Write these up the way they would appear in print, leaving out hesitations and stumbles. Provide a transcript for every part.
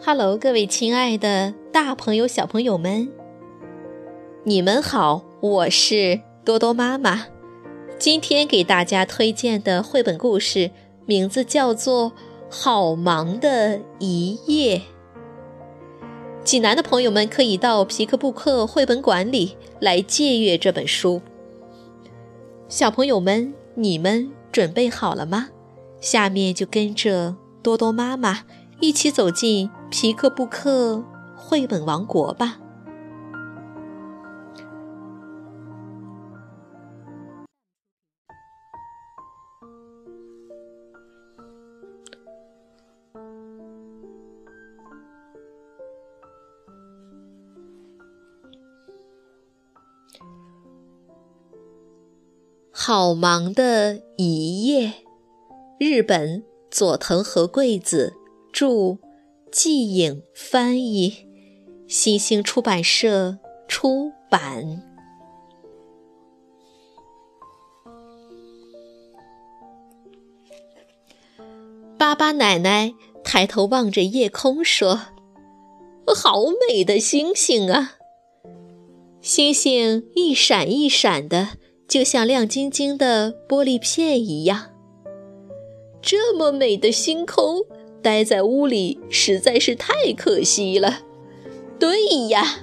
Hello， 各位亲爱的大朋友小朋友们，你们好，我是多多妈妈。今天给大家推荐的绘本故事名字叫做《好忙的一夜》。济南的朋友们可以到皮克布克绘本馆里来借阅这本书。小朋友们，你们准备好了吗？下面就跟着多多妈妈一起走进皮克布克绘本王国吧。好忙的一夜，日本佐藤和贵子著，季颖翻译，新兴出版社出版。巴巴奶奶抬头望着夜空说：好美的星星啊！星星一闪一闪的，就像亮晶晶的玻璃片一样。这么美的星空，待在屋里实在是太可惜了。对呀，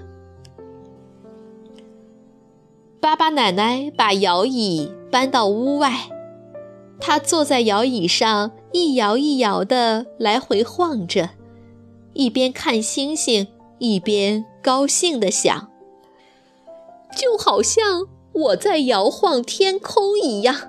巴巴奶奶把摇椅搬到屋外，她坐在摇椅上一摇一摇地来回晃着，一边看星星，一边高兴地想，就好像我在摇晃天空一样。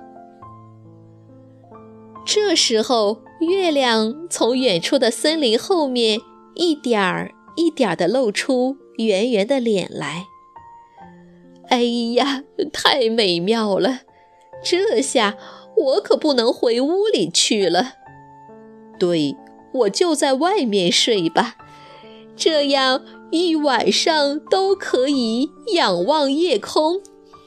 这时候，月亮从远处的森林后面一点儿一点儿地露出圆圆的脸来。哎呀，太美妙了！这下我可不能回屋里去了。对，我就在外面睡吧，这样一晚上都可以仰望夜空。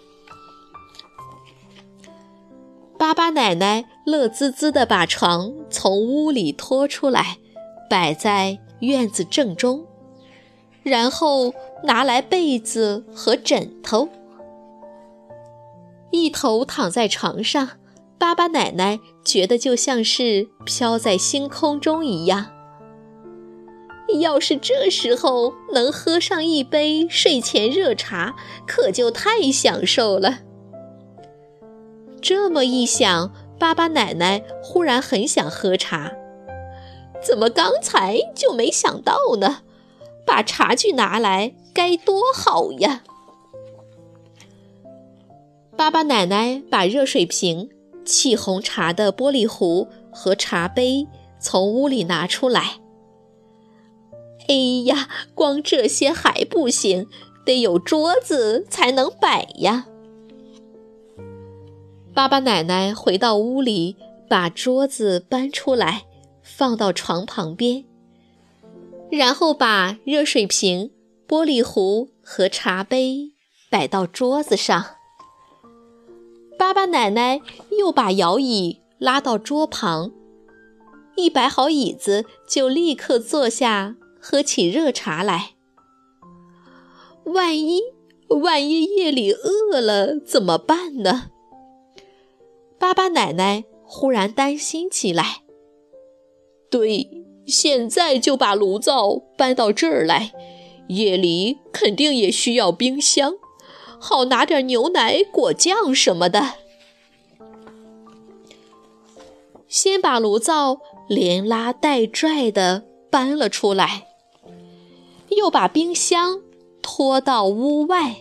巴巴奶奶乐滋滋地把床从屋里拖出来，摆在院子正中，然后拿来被子和枕头。一头躺在床上，巴巴奶奶觉得就像是飘在星空中一样。要是这时候能喝上一杯睡前热茶，可就太享受了。这么一想，巴巴奶奶忽然很想喝茶，怎么刚才就没想到呢？把茶具拿来该多好呀！巴巴奶奶把热水瓶、沏红茶的玻璃壶和茶杯从屋里拿出来。哎呀，光这些还不行，得有桌子才能摆呀。巴巴奶奶回到屋里，把桌子搬出来，放到床旁边，然后把热水瓶、玻璃壶和茶杯摆到桌子上。巴巴奶奶又把摇椅拉到桌旁，一摆好椅子，就立刻坐下喝起热茶来。万一夜里饿了怎么办呢？巴巴奶奶忽然担心起来。对，现在就把炉灶搬到这儿来，夜里肯定也需要冰箱，好拿点牛奶、果酱什么的。先把炉灶连拉带拽地搬了出来，又把冰箱拖到屋外。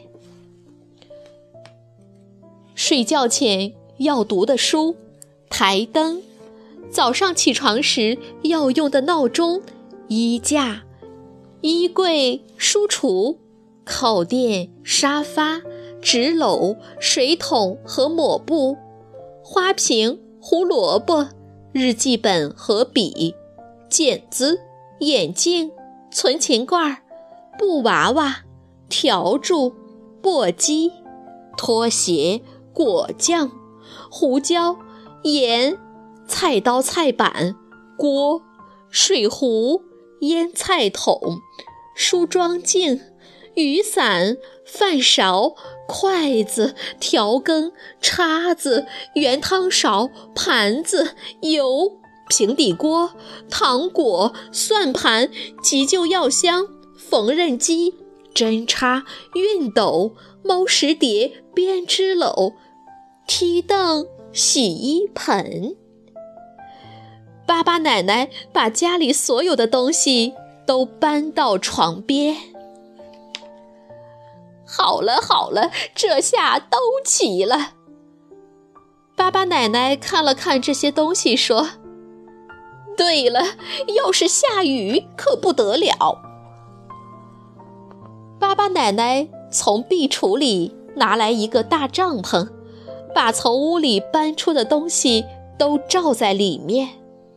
睡觉前要读的书、台灯，早上起床时要用的闹钟、衣架、衣柜、书橱、靠垫、沙发、纸篓、水桶和抹布、花瓶、胡萝卜、日记本和笔、剪子、眼镜、存钱罐、布娃娃、笤帚、簸箕、拖鞋、果酱、胡椒、盐、菜刀、菜板、锅、水壶、 腌菜桶、梳妆镜、雨伞、饭勺、筷子、调羹、叉子、圆汤勺、盘子、油、平底锅、糖果、算盘、急救药箱、缝纫机、针插、熨斗、猫食碟、编织篓、梯凳、洗衣盆。爸爸奶奶把家里所有的东西都搬到床边。好了好了，这下都齐了。爸爸奶奶看了看这些东西说，对了，要是下雨可不得了。爸爸奶奶从壁橱里拿来一个大帐篷，把从屋里搬出的东西都罩在里面。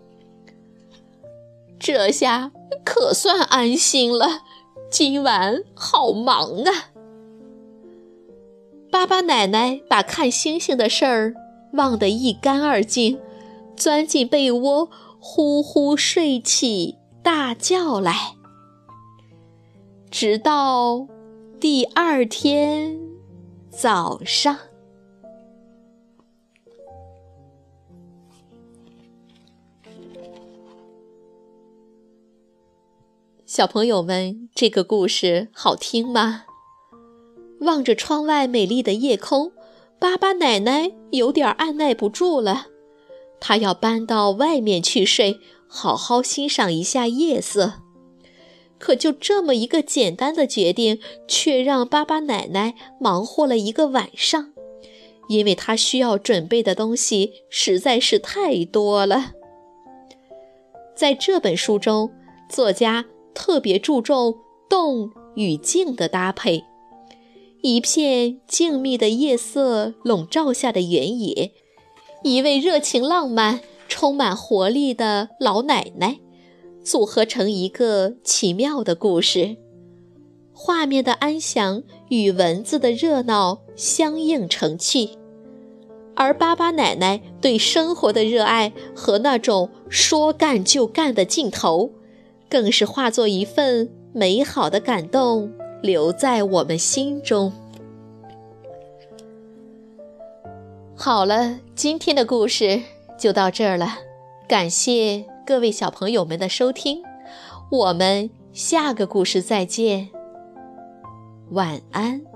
这下可算安心了，今晚好忙啊。爸爸奶奶把看星星的事儿忘得一干二净，钻进被窝呼呼睡起大觉来。直到第二天早上。小朋友们，这个故事好听吗？望着窗外美丽的夜空，爸爸奶奶有点按耐不住了，他要搬到外面去睡，好好欣赏一下夜色。可就这么一个简单的决定，却让爸爸奶奶忙活了一个晚上，因为他需要准备的东西实在是太多了。在这本书中，作家特别注重动与静的搭配。一片静谧的夜色笼罩下的原野，一位热情浪漫、充满活力的老奶奶，组合成一个奇妙的故事。画面的安详与文字的热闹相映成趣，而爸爸奶奶对生活的热爱和那种说干就干的劲头，更是化作一份美好的感动，留在我们心中。好了，今天的故事就到这儿了，感谢各位小朋友们的收听，我们下个故事再见，晚安。